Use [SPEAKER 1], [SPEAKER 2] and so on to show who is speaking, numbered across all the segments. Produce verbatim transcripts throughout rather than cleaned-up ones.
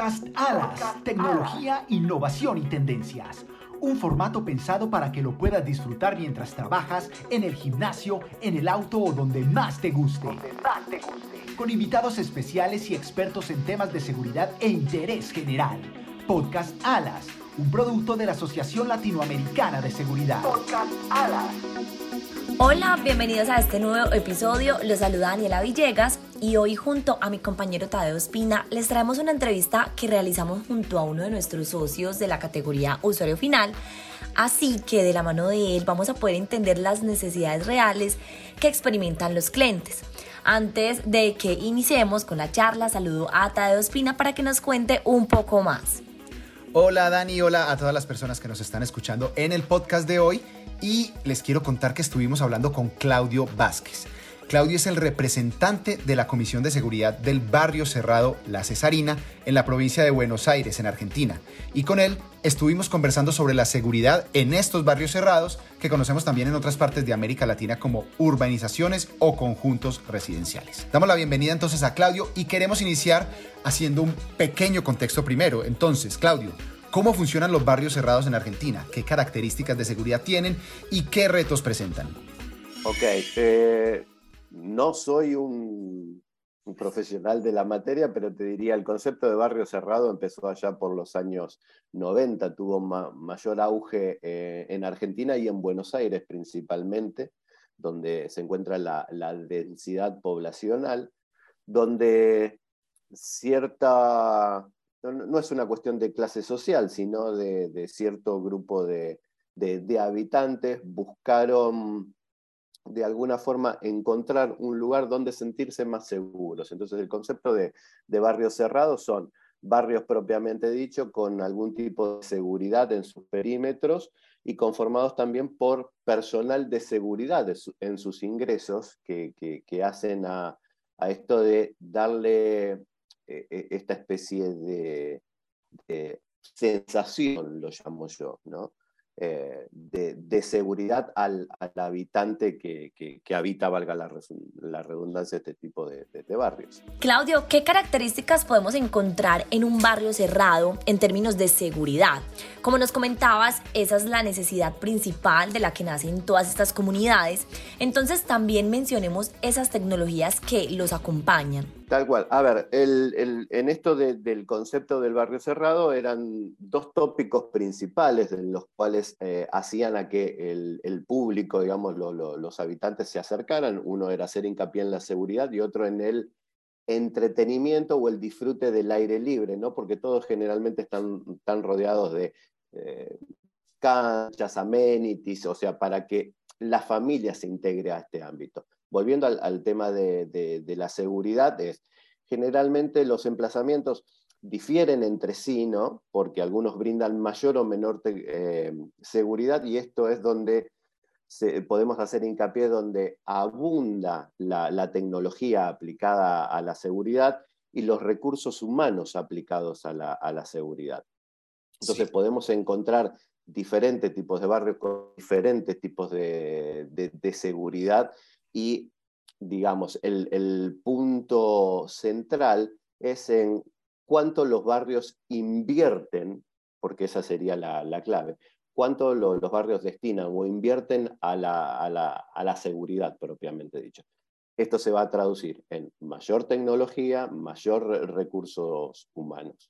[SPEAKER 1] Podcast Alas, tecnología, innovación y tendencias. Un formato pensado para que lo puedas disfrutar mientras trabajas, en el gimnasio, en el auto o donde más te guste. Con invitados especiales y expertos en temas de seguridad e interés general. Podcast Alas, un producto de la Asociación Latinoamericana de Seguridad. Podcast Alas.
[SPEAKER 2] Hola, bienvenidos a este nuevo episodio. Los saluda Daniela Villegas y hoy junto a mi compañero Tadeo Espina les traemos una entrevista que realizamos junto a uno de nuestros socios de la categoría usuario final. Así que de la mano de él vamos a poder entender las necesidades reales que experimentan los clientes. Antes de que iniciemos con la charla, saludo a Tadeo Espina para que nos cuente un poco más.
[SPEAKER 3] Hola Dani, hola a todas las personas que nos están escuchando en el podcast de hoy. Y les quiero contar que estuvimos hablando con Claudio Vázquez. Claudio es el representante de la Comisión de Seguridad del Barrio Cerrado La Cesarina en la provincia de Buenos Aires, en Argentina. Y con él estuvimos conversando sobre la seguridad en estos barrios cerrados que conocemos también en otras partes de América Latina como urbanizaciones o conjuntos residenciales. Damos la bienvenida entonces a Claudio y queremos iniciar haciendo un pequeño contexto primero. Entonces, Claudio, ¿cómo funcionan los barrios cerrados en Argentina? ¿Qué características de seguridad tienen y qué retos presentan?
[SPEAKER 4] Ok, eh, no soy un, un profesional de la materia, pero te diría, el concepto de barrio cerrado empezó allá por los años noventa, tuvo ma- mayor auge eh, en Argentina y en Buenos Aires principalmente, donde se encuentra la, la densidad poblacional, donde cierta... No, no es una cuestión de clase social, sino de, de cierto grupo de, de, de habitantes buscaron de alguna forma encontrar un lugar donde sentirse más seguros. Entonces el concepto de, de barrios cerrados son barrios propiamente dicho con algún tipo de seguridad en sus perímetros y conformados también por personal de seguridad de su, en sus ingresos que, que, que hacen a, a esto de darle esta especie de, de sensación, lo llamo yo, ¿no? Eh, de, de seguridad al, al habitante que, que, que habita, valga la, la redundancia, este tipo de, de, de barrios.
[SPEAKER 2] Claudio, ¿qué características podemos encontrar en un barrio cerrado en términos de seguridad? Como nos comentabas, esa es la necesidad principal de la que nacen todas estas comunidades. Entonces también mencionemos esas tecnologías que los acompañan.
[SPEAKER 4] Tal cual. A ver, el, el, en esto de, del concepto del barrio cerrado eran dos tópicos principales en los cuales eh, hacían a que el, el público, digamos, lo, lo, los habitantes se acercaran. Uno era hacer hincapié en la seguridad y otro en el entretenimiento o el disfrute del aire libre, ¿no? Porque todos generalmente están, están rodeados de eh, canchas, amenities, o sea, para que la familia se integre a este ámbito. Volviendo al, al tema de, de, de la seguridad, es, generalmente los emplazamientos difieren entre sí, ¿no? Porque algunos brindan mayor o menor te, eh, seguridad y esto es donde se, podemos hacer hincapié, donde abunda la, la tecnología aplicada a la seguridad y los recursos humanos aplicados a la, a la seguridad. Entonces sí, podemos encontrar diferentes tipos de barrios con diferentes tipos de, de, de seguridad y, digamos, el, el punto central es en cuánto los barrios invierten, porque esa sería la, la clave, cuánto lo, los barrios destinan o invierten a la, a, la, a la seguridad propiamente dicho. Esto se va a traducir en mayor tecnología, mayor recursos humanos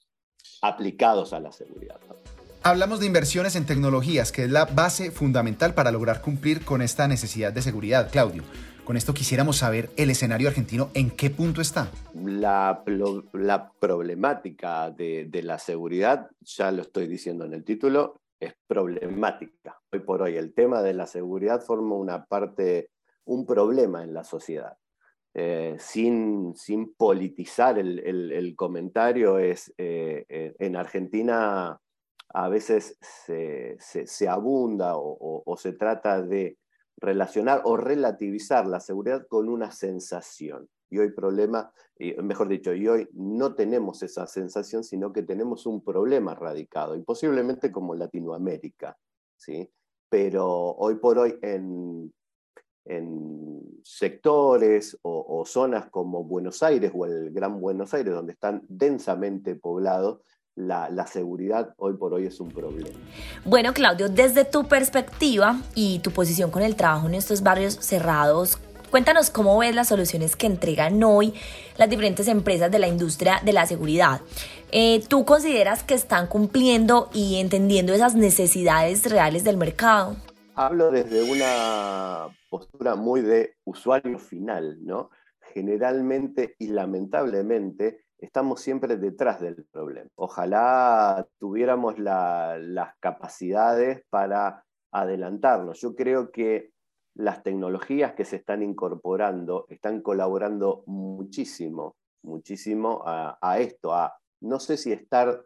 [SPEAKER 4] aplicados a la seguridad.
[SPEAKER 3] Hablamos de inversiones en tecnologías, que es la base fundamental para lograr cumplir con esta necesidad de seguridad. Claudio, con esto quisiéramos saber el escenario argentino, ¿en qué punto está?
[SPEAKER 4] La, la problemática de, de la seguridad, ya lo estoy diciendo en el título, es problemática. Hoy por hoy el tema de la seguridad forma una parte, un problema en la sociedad. Eh, sin, sin politizar el, el, el comentario, es eh, eh, en Argentina a veces se, se, se abunda o, o, o se trata de relacionar o relativizar la seguridad con una sensación. Y hoy problema, mejor dicho, y hoy no tenemos esa sensación, sino que tenemos un problema radicado, y posiblemente como Latinoamérica, ¿sí? Pero hoy por hoy en en sectores o, o zonas como Buenos Aires o el Gran Buenos Aires, donde están densamente poblados, la, la seguridad hoy por hoy es un problema.
[SPEAKER 2] Bueno, Claudio, desde tu perspectiva y tu posición con el trabajo en estos barrios cerrados, cuéntanos cómo ves las soluciones que entregan hoy las diferentes empresas de la industria de la seguridad. Eh, ¿Tú consideras que están cumpliendo y entendiendo esas necesidades reales del mercado?
[SPEAKER 4] Hablo desde una postura muy de usuario final, ¿no? Generalmente y lamentablemente estamos siempre detrás del problema. Ojalá tuviéramos la, las capacidades para adelantarnos. Yo creo que las tecnologías que se están incorporando están colaborando muchísimo, muchísimo a, a esto, a no sé si estar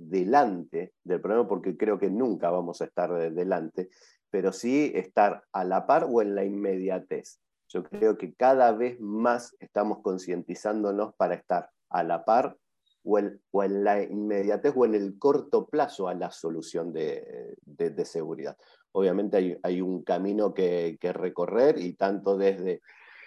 [SPEAKER 4] delante del problema, porque creo que nunca vamos a estar delante, pero sí estar a la par o en la inmediatez. Yo creo que cada vez más estamos concientizándonos para estar a la par o en, o en la inmediatez o en el corto plazo a la solución de, de, de seguridad. Obviamente hay, hay un camino que, que recorrer y tanto desde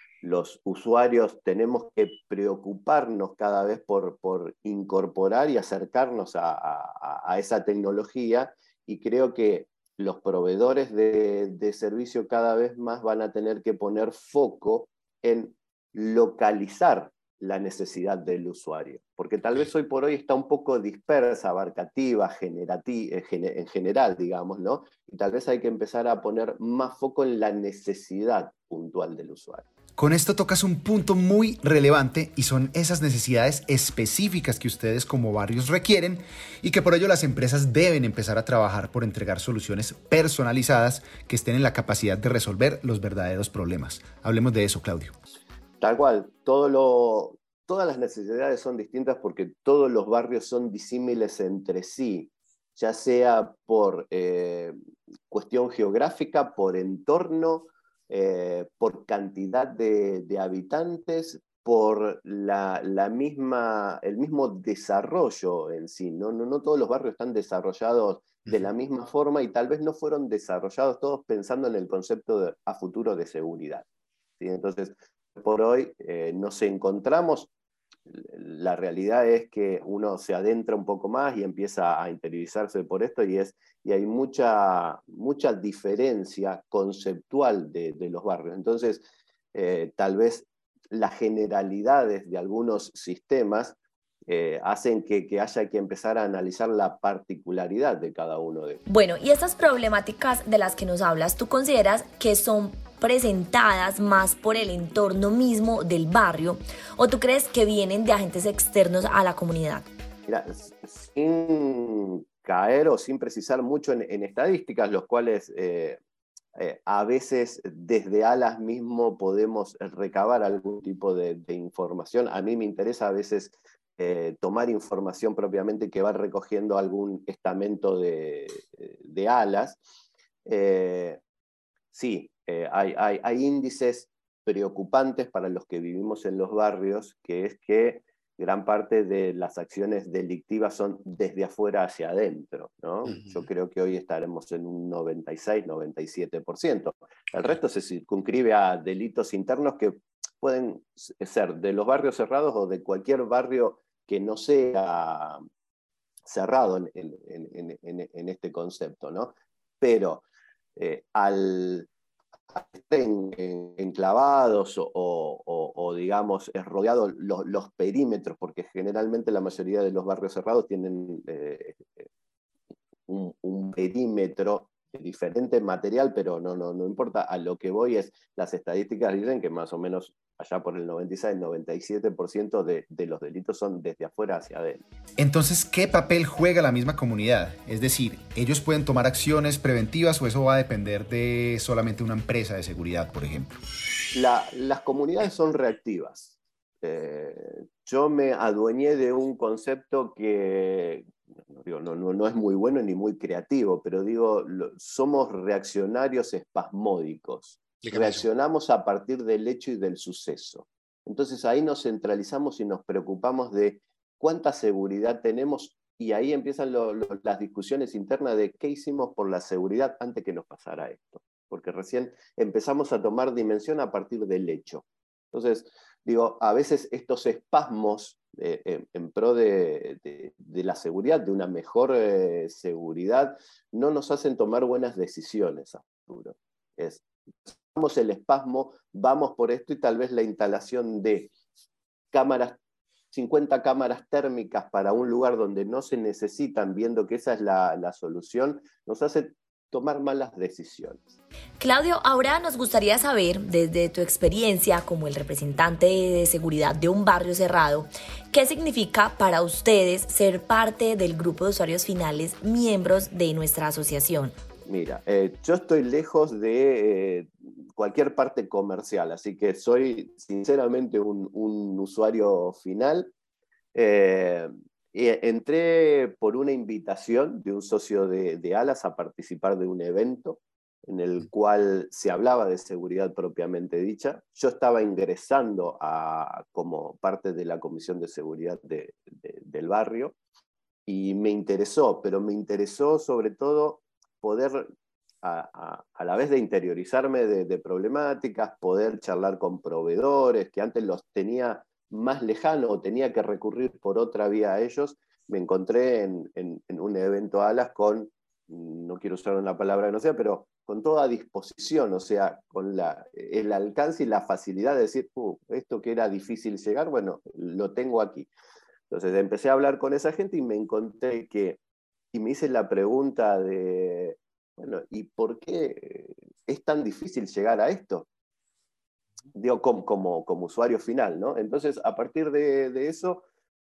[SPEAKER 4] los usuarios tenemos que preocuparnos cada vez por, por incorporar y acercarnos a, a, a esa tecnología, y creo que los proveedores de, de servicio cada vez más van a tener que poner foco en localizar la necesidad del usuario, porque tal vez hoy por hoy está un poco dispersa, abarcativa, generati- en general, digamos, ¿no? Y tal vez hay que empezar a poner más foco en la necesidad puntual del usuario.
[SPEAKER 3] Con esto tocas un punto muy relevante y son esas necesidades específicas que ustedes como barrios requieren y que por ello las empresas deben empezar a trabajar por entregar soluciones personalizadas que estén en la capacidad de resolver los verdaderos problemas. Hablemos de eso, Claudio.
[SPEAKER 4] Tal cual, todo lo, todas las necesidades son distintas porque todos los barrios son disímiles entre sí, ya sea por eh, cuestión geográfica, por entorno, eh, por cantidad de, de habitantes, por la, la misma, el mismo desarrollo en sí. ¿no? No, no todos los barrios están desarrollados de la misma forma y tal vez no fueron desarrollados todos pensando en el concepto de, a futuro de seguridad. ¿Sí? Entonces, por hoy eh, nos encontramos, la realidad es que uno se adentra un poco más y empieza a interiorizarse por esto y, es, y hay mucha, mucha diferencia conceptual de, de los barrios. Entonces, eh, tal vez las generalidades de algunos sistemas eh, hacen que, que haya que empezar a analizar la particularidad de cada uno de ellos.
[SPEAKER 2] Bueno, y estas problemáticas de las que nos hablas, ¿tú consideras que son presentadas más por el entorno mismo del barrio o tú crees que vienen de agentes externos a la comunidad?
[SPEAKER 4] Mira, sin caer o sin precisar mucho en, en estadísticas, los cuales eh, eh, a veces desde ALAS mismo podemos recabar algún tipo de, de información. A mí me interesa a veces eh, tomar información propiamente que va recogiendo algún estamento de, de ALAS. Eh, sí, Eh, hay, hay, hay índices preocupantes para los que vivimos en los barrios, que es que gran parte de las acciones delictivas son desde afuera hacia adentro, ¿no? Uh-huh. Yo creo que hoy estaremos en un noventa y seis, noventa y siete por ciento. El resto se circunscribe a delitos internos que pueden ser de los barrios cerrados o de cualquier barrio que no sea cerrado en, en, en, en, en este concepto, ¿no? Pero eh, al estén enclavados o, o, o digamos, rodeados los, los perímetros, porque generalmente la mayoría de los barrios cerrados tienen eh, un, un perímetro de diferente material, pero no, no, no importa. A lo que voy es, las estadísticas dicen que más o menos allá por el noventa y seis, noventa y siete por ciento de, de los delitos son desde afuera hacia adentro.
[SPEAKER 3] Entonces, ¿qué papel juega la misma comunidad? Es decir, ¿ellos pueden tomar acciones preventivas o eso va a depender de solamente una empresa de seguridad, por ejemplo?
[SPEAKER 4] La, las comunidades son reactivas. Eh, yo me adueñé de un concepto que digo, no, no, no es muy bueno ni muy creativo, pero digo, lo, somos reaccionarios espasmódicos. Reaccionamos a partir del hecho y del suceso. Entonces ahí nos centralizamos y nos preocupamos de cuánta seguridad tenemos y ahí empiezan lo, lo, las discusiones internas de qué hicimos por la seguridad antes que nos pasara esto. porque recién empezamos a tomar dimensión a partir del hecho. Entonces, digo, a veces estos espasmos eh, en, en pro de, de, de la seguridad, de una mejor eh, seguridad, no nos hacen tomar buenas decisiones a futuro. Es, usamos el espasmo, vamos por esto y tal vez la instalación de cámaras, cincuenta cámaras térmicas para un lugar donde no se necesitan, viendo que esa es la, la solución, nos hace tomar malas decisiones.
[SPEAKER 2] Claudio, ahora nos gustaría saber, desde tu experiencia como el representante de seguridad de un barrio cerrado, ¿qué significa para ustedes ser parte del grupo de usuarios finales miembros de nuestra asociación?
[SPEAKER 4] Mira, eh, yo estoy lejos de eh, cualquier parte comercial, así que soy sinceramente un, un usuario final. Eh, entré por una invitación de un socio de, de Alas a participar de un evento en el cual se hablaba de seguridad propiamente dicha. Yo estaba ingresando a, como parte de la Comisión de Seguridad de, de, del barrio y me interesó, pero me interesó sobre todo poder, a, a, a la vez de interiorizarme de, de problemáticas, poder charlar con proveedores, que antes los tenía más lejano o tenía que recurrir por otra vía a ellos. Me encontré en, en, en un evento Alas con, no quiero usar una palabra que no sea, pero con toda disposición, o sea, con la, el alcance y la facilidad de decir, uh, esto que era difícil llegar, bueno, lo tengo aquí. Entonces empecé a hablar con esa gente y me encontré que, y me hice la pregunta de, bueno, ¿y por qué es tan difícil llegar a esto? Digo, como, como, como usuario final, ¿no? Entonces, a partir de, de eso,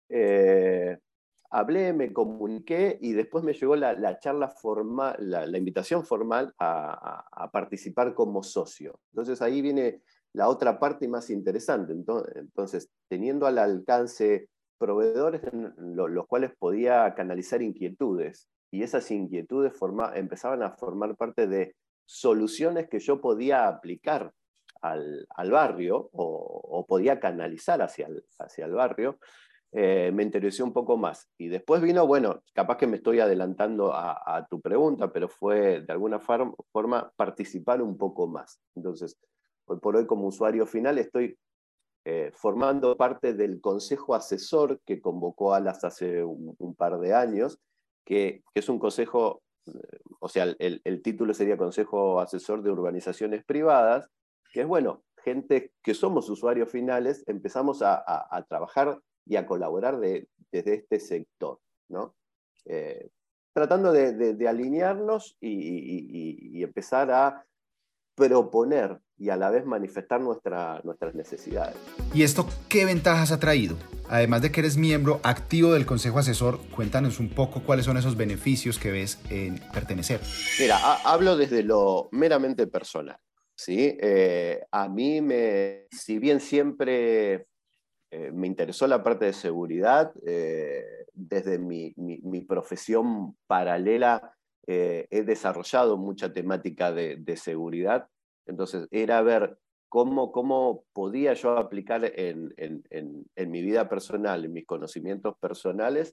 [SPEAKER 4] eh, hablé, me comuniqué y después me llegó la, la charla formal, la, la invitación formal a, a, a participar como socio. Entonces ahí viene la otra parte más interesante. Entonces, entonces teniendo al alcance proveedores en los cuales podía canalizar inquietudes, y esas inquietudes forma, empezaban a formar parte de soluciones que yo podía aplicar al, al barrio o, o podía canalizar hacia el, hacia el barrio. Eh, me interesó un poco más. Y después vino, bueno, capaz que me estoy adelantando a, a tu pregunta, pero fue de alguna forma participar un poco más. Entonces, hoy por hoy como usuario final estoy eh, formando parte del consejo asesor que convocó Alas hace un, un par de años, que, que es un consejo, eh, o sea, el, el título sería Consejo Asesor de Urbanizaciones Privadas, que es, bueno, gente que somos usuarios finales, empezamos a, a, a trabajar y a colaborar de, desde este sector, ¿no? Eh, tratando de, de, de alinearnos y, y, y empezar a proponer y a la vez manifestar nuestra, nuestras necesidades.
[SPEAKER 3] ¿Y esto qué ventajas ha traído? Además de que eres miembro activo del Consejo Asesor, cuéntanos un poco cuáles son esos beneficios que ves en pertenecer.
[SPEAKER 4] Mira, ha, hablo desde lo meramente personal, ¿sí? Eh, a mí, me, si bien siempre eh, me interesó la parte de seguridad, eh, desde mi, mi, mi profesión paralela eh, he desarrollado mucha temática de, de seguridad. Entonces era ver cómo, cómo podía yo aplicar en, en, en, en mi vida personal, en mis conocimientos personales,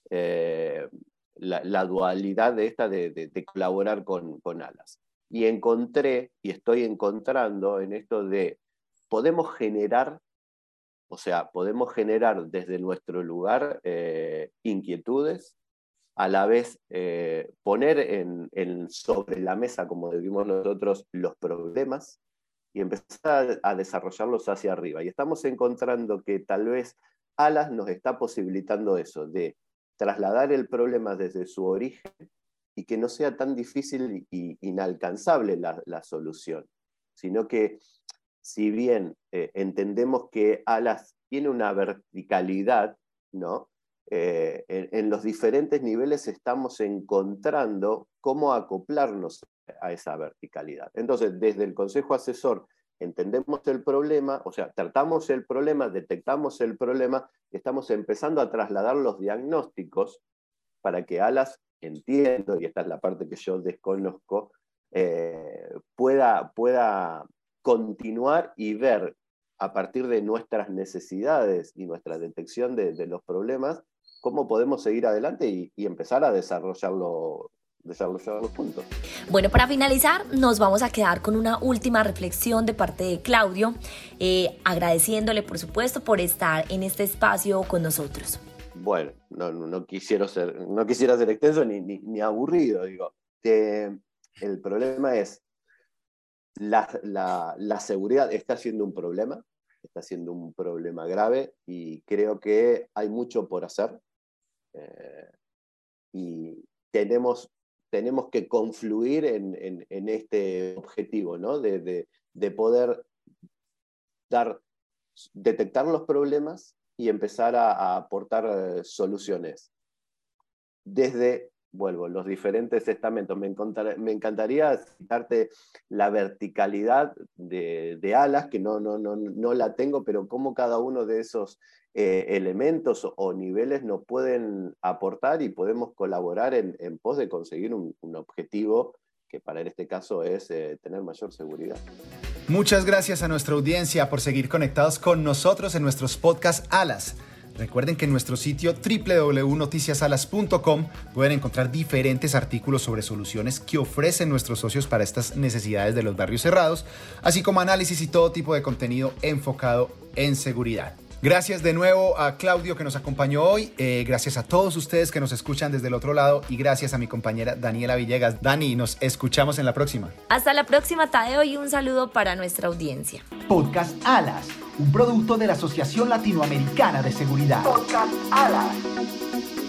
[SPEAKER 4] eh, la, la dualidad de esta de, de, de colaborar con, con Alas. Y encontré, y estoy encontrando en esto de, podemos generar, o sea, podemos generar desde nuestro lugar eh, inquietudes, a la vez eh, poner en, en, sobre la mesa, como decimos nosotros, los problemas y empezar a, a desarrollarlos hacia arriba. Y estamos encontrando que tal vez Alas nos está posibilitando eso, de trasladar el problema desde su origen y que no sea tan difícil y inalcanzable la, la solución, sino que si bien eh, entendemos que Alas tiene una verticalidad, ¿no? Eh, en, en los diferentes niveles estamos encontrando cómo acoplarnos a esa verticalidad. Entonces, desde el Consejo Asesor entendemos el problema, o sea, tratamos el problema, detectamos el problema, y estamos empezando a trasladar los diagnósticos para que Alas, entiendo, y esta es la parte que yo desconozco, eh, pueda, pueda continuar y ver a partir de nuestras necesidades y nuestra detección de, de los problemas, cómo podemos seguir adelante y, y empezar a desarrollarlo desarrollarlo juntos.
[SPEAKER 2] Bueno, para finalizar, nos vamos a quedar con una última reflexión de parte de Claudio, eh, agradeciéndole, por supuesto, por estar en este espacio con nosotros.
[SPEAKER 4] Bueno, no, no, no, quisiera, ser, no quisiera ser extenso ni, ni, ni aburrido, digo. Eh, el problema es, la, la, la seguridad está siendo un problema, está siendo un problema grave y creo que hay mucho por hacer eh, y tenemos, tenemos que confluir en, en, en este objetivo, ¿no? de, de, de poder dar, detectar los problemas y empezar a, a aportar eh, soluciones desde, vuelvo, los diferentes estamentos. Me encantaría, me encantaría citarte la verticalidad de, de alas, que no, no, no, no la tengo, pero cómo cada uno de esos eh, elementos o, o niveles nos pueden aportar y podemos colaborar en, en pos de conseguir un, un objetivo que para este caso es eh, tener mayor seguridad.
[SPEAKER 3] Muchas gracias a nuestra audiencia por seguir conectados con nosotros en nuestros podcasts Alas. Recuerden que en nuestro sitio doble u doble u doble u punto noticias alas punto com pueden encontrar diferentes artículos sobre soluciones que ofrecen nuestros socios para estas necesidades de los barrios cerrados, así como análisis y todo tipo de contenido enfocado en seguridad. Gracias de nuevo a Claudio que nos acompañó hoy, eh, gracias a todos ustedes que nos escuchan desde el otro lado y gracias a mi compañera Daniela Villegas. Dani, nos escuchamos en la próxima.
[SPEAKER 2] Hasta la próxima, Tadeo, y un saludo para nuestra audiencia.
[SPEAKER 1] Podcast Alas, un producto de la Asociación Latinoamericana de Seguridad. Podcast Alas.